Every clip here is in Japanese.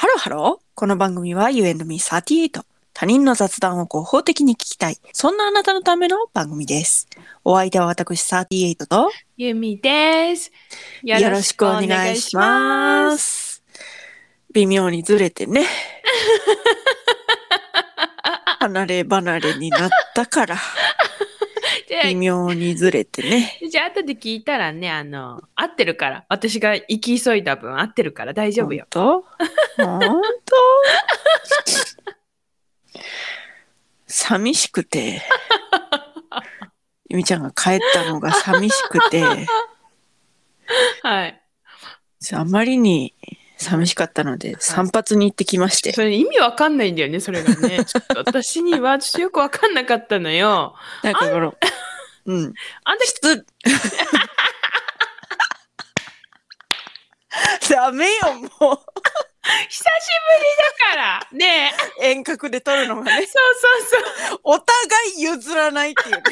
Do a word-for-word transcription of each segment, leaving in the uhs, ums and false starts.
ローハロー。この番組は You and me さんじゅうはち。他人の雑談を合法的に聞きたい。そんなあなたのための番組です。お相手は私さんじゅうはちとゆみです。 よろしくお願いします。微妙にずれてね。離れ離れになったから。微妙にずれてね。 じゃあ後で聞いたらね、あの、合ってるから。私が行き急いだ分合ってるから大丈夫よ。 本当？本当？寂しくて。ゆみちゃんが帰ったのが寂しくて。 はい。 あまりに寂しかったので、はい、散髪に行ってきまして。 それ意味わかんないんだよね、それがね。ちょっと私にはちょっとよくわかんなかったのよ。 なんかこの、うん。 あんた、 質、ダメよ、もう。 久しぶりだから。ねえ。遠隔で撮るのがね。 そうそうそう。 お互い譲らないっていうね。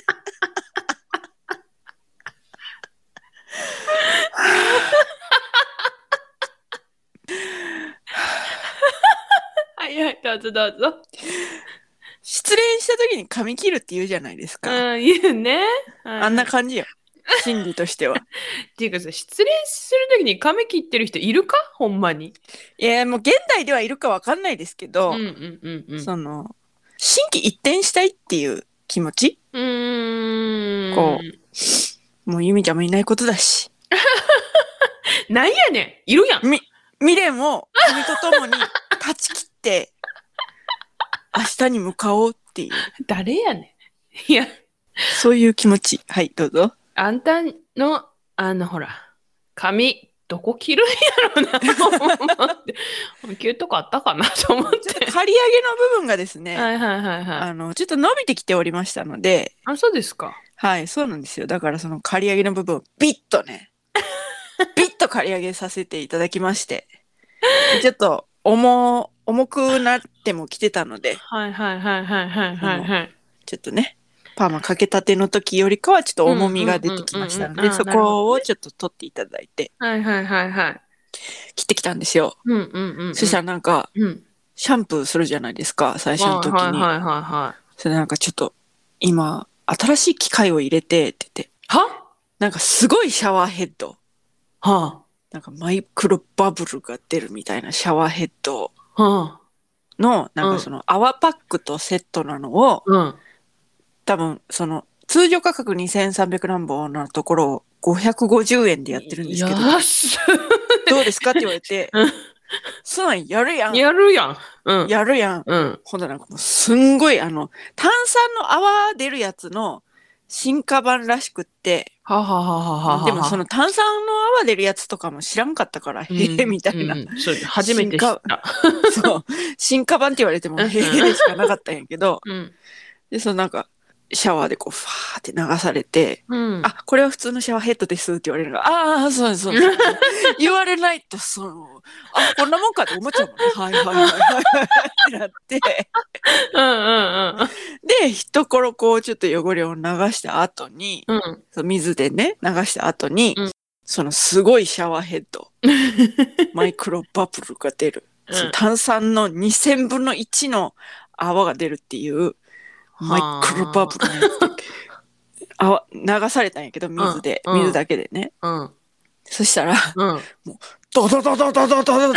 はいはい、どうぞどうぞ。 失恋した時に髪切るって言うじゃないですか。 うん、言うね。 はい、あんな感じよ。心理としては。 っていうかさ、失恋する時に髪切ってる人いるか？ほんまに。 いや、もう現代ではいるかわかんないですけど、 うんうんうんうん、その、心機一転したいっていう気持ち？ うーん。 こう、もうゆみちゃんもいないことだし。 なんやねん、いるやん。 み、未練を君と共に断ち切って、明日に向かおうっていう。 誰やねん。いや。 そういう気持ち。はい、どうぞ。 あんたの、あの、ほら、髪、どこ切るんやろなと思って。切るとこあったかなと思って。 ちょっと刈り上げの部分がですね、 はいはいはいはい。 あの、ちょっと伸びてきておりましたので。 あ、そうですか。 はい、そうなんですよ。だからその刈り上げの部分をビッとね、ビッと刈り上げさせていただきまして。ちょっと重、重くなっても来てたので。 はいはいはいはいはいはいはい。 ちょっとね、パーマかけたての時よりかはちょっと重みが出てきましたので、そこをちょっと取っていただいて。 はいはいはいはい。 切ってきたんですよ。 うんうんうん、うん。 そしたらなんか、うん、シャンプーするじゃないですか、最初の時に。 はいはいはいはい。 それなんかちょっと、今、新しい機械を入れて、って言って。 は？ なんかすごいシャワーヘッド。 はあ。 なんかマイクロバブルが出るみたいなシャワーヘッドの、 なんかその泡パックとセットなのを、うん、多分その通常価格にせんさんびゃくなんぼのところをごひゃくごじゅうえんでやってるんですけど、どうですかって言われて、そうなんやるやん。 やるやん。 うん、やるやん。うん、ほんとなんかもうすんごいあの炭酸の泡出るやつの進化版らしくって、 はははははでもその炭酸の泡出るやつとかも知らんかったから、へえみたいな、うん、 そう初めて知った。 そう進化版って言われてもへえでしかなかったんやけど、うん、でそのなんかシャワーでこうファーって流されて、うん、あ、これは普通のシャワーヘッドですって言われるのが、ああ、そうです、そうです。言われないと、その、あ、こんなもんかって思っちゃうもんね。はいはいはいはいってなって。うんうんうん。で、一頃こうちょっと汚れを流した後に、うん、その水でね、流した後に、うん、そのすごいシャワーヘッド、マイクロバブルが出る。うん、その炭酸のにせんぶんのいちの泡が出るっていう、マイクロバブルのやつであ流されたんやけど、水で、うん、水だけでね、うん、そしたら、うん、もうドドドドドドドド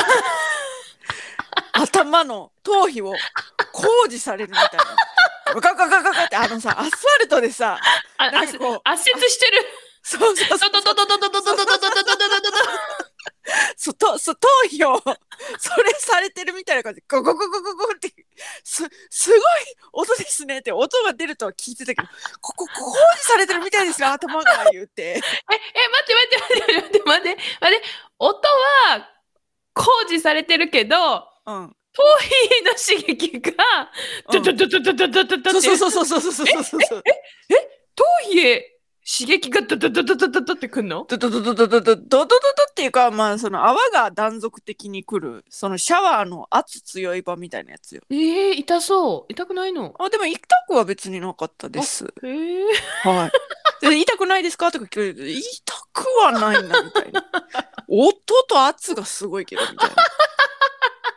頭の頭皮を工事されるみたいなガガガガガガってあのさアスファルトでさあなんかこう圧接してるそうそうそうドドドドドドドドドドドドドドそとそ頭皮をそれされてるみたいな感じでゴゴゴゴゴゴってすすごい音ですねって音が出るとは聞いてたけどここ工事されてるみたいですよ頭が言うてええ待って待って待って待って待って待って音は工事されてるけど、うん、頭皮の刺激がドドドドドドドドドってそうそうそうそうそうそうそうそうえええ頭皮へ刺激がドドドドドドドってくんの？ ドドドドドドドドドドドっていうかまあその泡が断続的に来るそのシャワーの圧強い場みたいなやつよ。 えー、痛そう。痛くないの？ あでも痛くは別になかったです。 へえー、はい。で痛くないですかとか聞かれる痛くはないなみたいな。音と圧がすごいけどみたいな。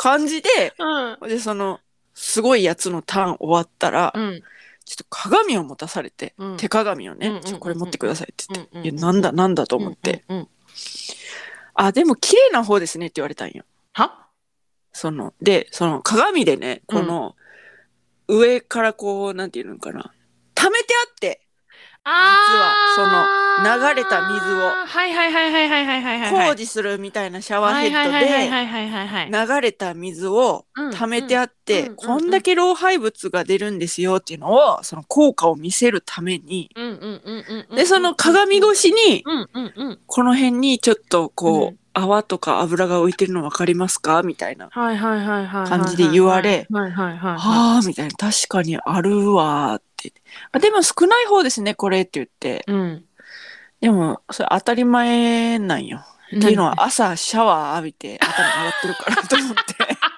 感じで、うん、でそのすごいやつのターン終わったら、うん、ちょっと鏡を持たされて、うん、手鏡をね、うん、ちょこれ持ってくださいって言って、うん、いやなんだなんだと思って、うんうん、あでも綺麗な方ですねって言われたんよ。 はそのでその鏡でねこの、上からこうなんていうのかな溜めてあって、実はその流れた水をはいはいはいはいはいはいはいはい工事するみたいなシャワーヘッドで流れた水を溜めてあってこんだけ老廃物が出るんですよっていうのをその効果を見せるためにでその鏡越しにこの辺にちょっとこう泡とか油が浮いてるの分かりますかみたいな感じで言われはあみたいな確かにあるわってでも少ない方ですねこれって言って、うん、でもそれ当たり前なんよっていうのは朝シャワー浴びて頭洗ってるからと思って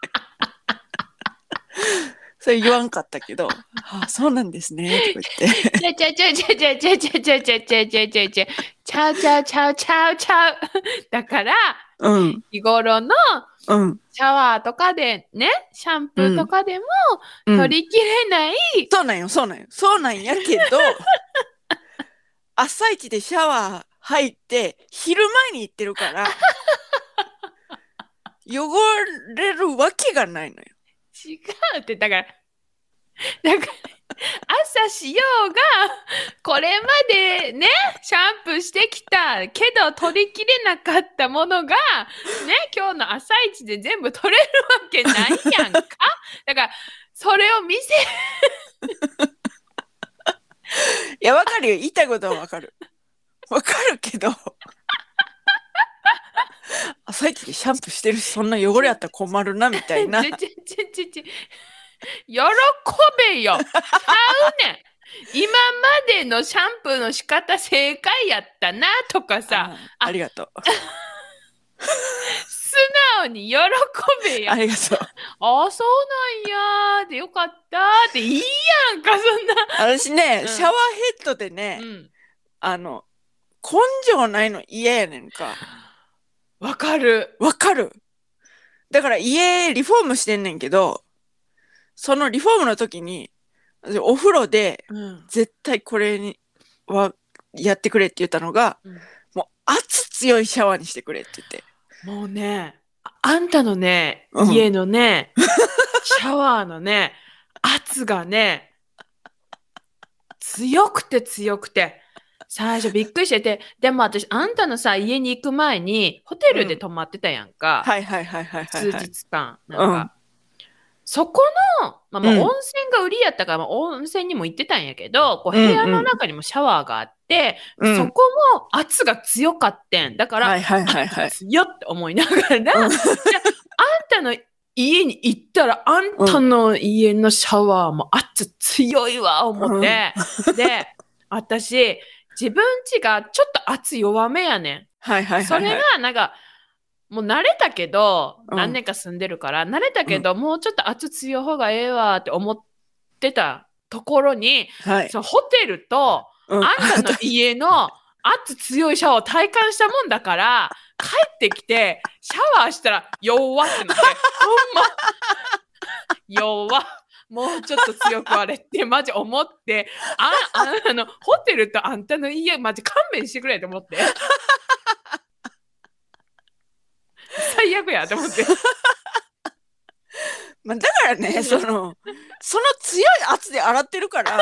それ言わんかったけどあそうなんですねとか言ってちゃちゃちゃちゃちゃちゃちゃちゃちゃちゃちゃちゃちゃちゃちゃちゃちゃだからうん、日頃のシャワーとかでね、シャンプーとかでも取りきれない、 うんうん、そうなんよそうなんよそうなんやけど朝一でシャワー入って昼前に行ってるから汚れるわけがないのよ。 違うってだからだから朝しようがこれまでねシャンプーしてきたけど取りきれなかったものがね今日の朝一で全部取れるわけないやんかだからそれを見せいやわかるよ言いたいことはわかるわかるけど朝一でシャンプーしてるしそんな汚れあったら困るなみたいなちちちちち喜べよちゃうねん今までのシャンプーの仕方正解やったなとかさあ, ありがとう素直に喜べよありがとうああそうなんやでよかったっていいやんかそんな私ね、うん、シャワーヘッドでね、うん、あの根性ないの嫌やねんかわかるわかるだから家リフォームしてんねんけどそのリフォームの時にお風呂で絶対これにはやってくれって言ったのが、うん、もう圧強いシャワーにしてくれって言ってもうねあんたのね、うん、家のねシャワーのね圧がね強くて強くて最初びっくりしててでも私あんたのさ家に行く前にホテルで泊まってたやんか、 うん、はいはいはいはいはい、 数日間なんか、うんそこの、まあ、まあ温泉が売りやったから、うん、まあ、温泉にも行ってたんやけど、こう部屋の中にもシャワーがあって、うんうん、そこも圧が強かってん。だから、はいはいはいはい、強って思いながら、うん、あんたの家に行ったら、あんたの家のシャワーも圧強いわ、思って。うん、で、私、自分家がちょっと圧弱めやねん。 はいはいはいはい、 それが、なんか、もう慣れたけど、うん、何年か住んでるから慣れたけど、うん、もうちょっと圧強い方がええわって思ってたところに、はい、そのホテルと、うん、あんたの家の圧強いシャワーを体感したもんだから帰ってきてシャワーしたら弱ってなってほんま弱もうちょっと強くあれってマジ思ってあああのホテルとあんたの家マジ勘弁してくれと思って最悪やと思ってまあだからねそのその強い圧で洗ってるから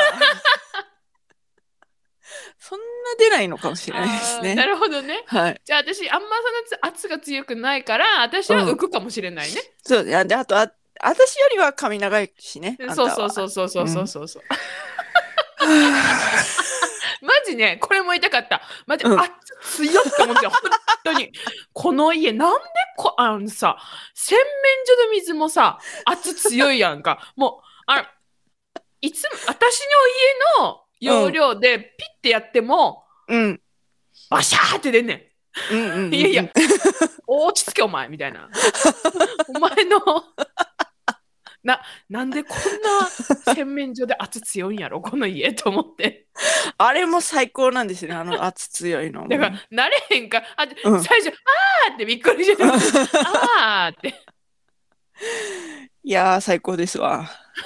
そんな出ないのかもしれないですね。 なるほどね、 はい、 じゃあ私あんまその圧が強くないから私は浮くかもしれないね、うん、 そうであとあ私よりは髪長いしねそうそうそうそうそうそうそうそう、うんマジねこれも言いたかったマジ、うん、あ強って思って本当にこの家なんでこあのさ洗面所の水もさ圧強いやんかもうあいつも私の家の容量でピッてやっても、うん、バシャーって出んねん、うんうんうんうん、いやいや落ち着けお前みたいなお前のな, なんでこんな洗面所で圧強いんやろこの家と思ってあれも最高なんですよねあの圧強いのだから慣れへんかあ、うん、最初あーってびっくりしてあーっていやー、最高ですわ。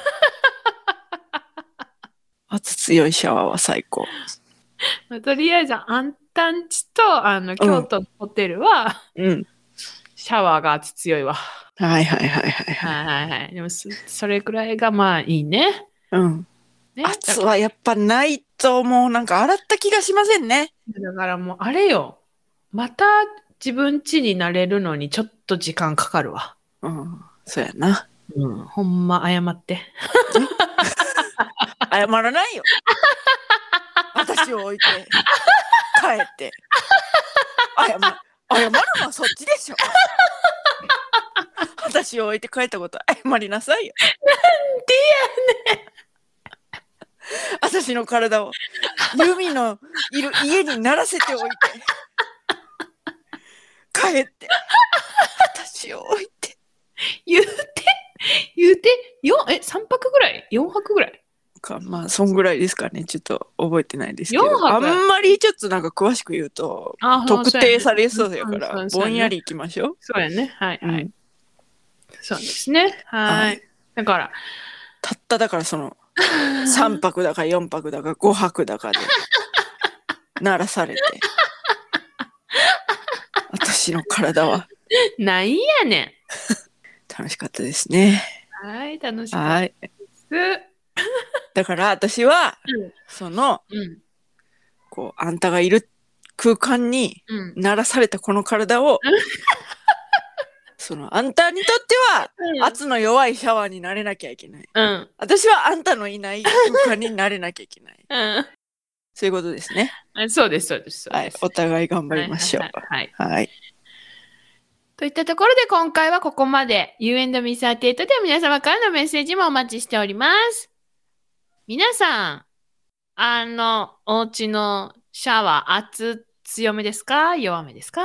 圧強いシャワーは最高。 まあ、とりあえず、あんたんちと、あの、京都のホテルは、 うん。 シャワーが圧強いわ。 はいはいはいはい。 はいはいはい。でもそ、それくらいがまあいいね。 うん。 ね、 圧はやっぱないともうなんか洗った気がしませんね。 だからもうあれよ。また自分家になれるのにちょっと時間かかるわ。 うん。そうやな。 うん。ほんま謝って。 謝らないよ。私を置いて帰って。謝、謝るのはそっちでしょ。私を置いて帰ったこと謝りなさいよ。 なんでやねん。 私の体をユミのいる家にならせておいて帰って私を置いて言うて言うてよえさんぱくぐらいよんはくぐらいか、まあそんぐらいですかね。ちょっと覚えてないですけど、 よんはくあんまりちょっとなんか詳しく言うと特定されそうやから、ね、ぼんやりいきましょう。 そうやね。はいはい、うん、そうですね。はい、はい。だからたっただからそのさんぱくだかよんぱくだかごはくだかで鳴らされて私の体はなんやねん。楽しかったですね。 はい、楽しかったです。 だから私は、うん、その、うん、こうあんたがいる空間に鳴らされたこの体を、うん、そのあんたにとっては、うん、圧の弱いシャワーになれなきゃいけない、うん、私はあんたのいない空間になれなきゃいけない、うん、そういうことですね。 そうですそうです。 はい、お互い頑張りましょう。はい、はいはい、 といったところで今回はここまで。You and me さんじゅうはちでは皆様からのメッセージもお待ちしております。皆さん、あの、お家のシャワー、圧強めですか？弱めですか？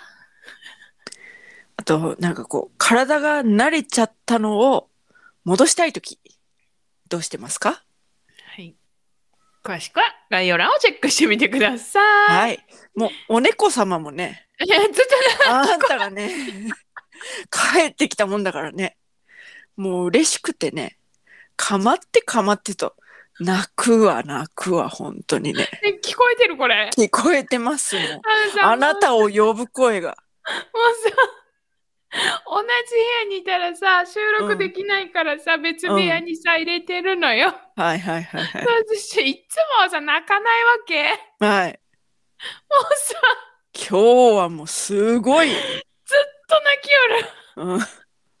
あと、なんかこう、体が慣れちゃったのを戻したいとき、どうしてますか？ はい。詳しくは概要欄をチェックしてみてください。 はい。もう、お猫様もね、 ずっとあんたがね、帰ってきたもんだからね、もう嬉しくてね、かまってかまってと、泣くわ泣くわ、本当にね。 聞こえてるこれ。 聞こえてますもん。あなたを呼ぶ声が。 もうさ、同じ部屋にいたらさ、収録できないからさ、うん、別部屋にさ、入れてるのよ。 はいはいはいはい。 私、いつもさ、泣かないわけ。 はい。もうさ、 今日はもうすごい。ずっと泣きよる。 うん。ちょっ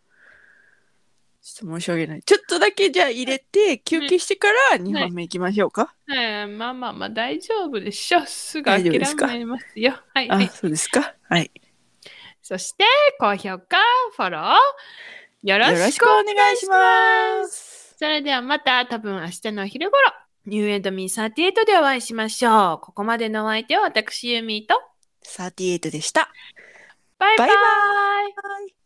と申し訳ない。ちょっとだけじゃあ入れて、休憩してからにほんめ行きましょうか。 はい、はい、まあまあまあ大丈夫でしょ。すぐ諦めますよ。はい、はい。 あ、そうですか。はい。 そして、高評価、フォロー、よろしくお願いします。それではまた多分明日のお昼頃、You and me さんじゅうはちでお会いしましょう。ここまでのお相手は私、ユーミーとさんじゅうはちでした。 バイバイ。バイバイ。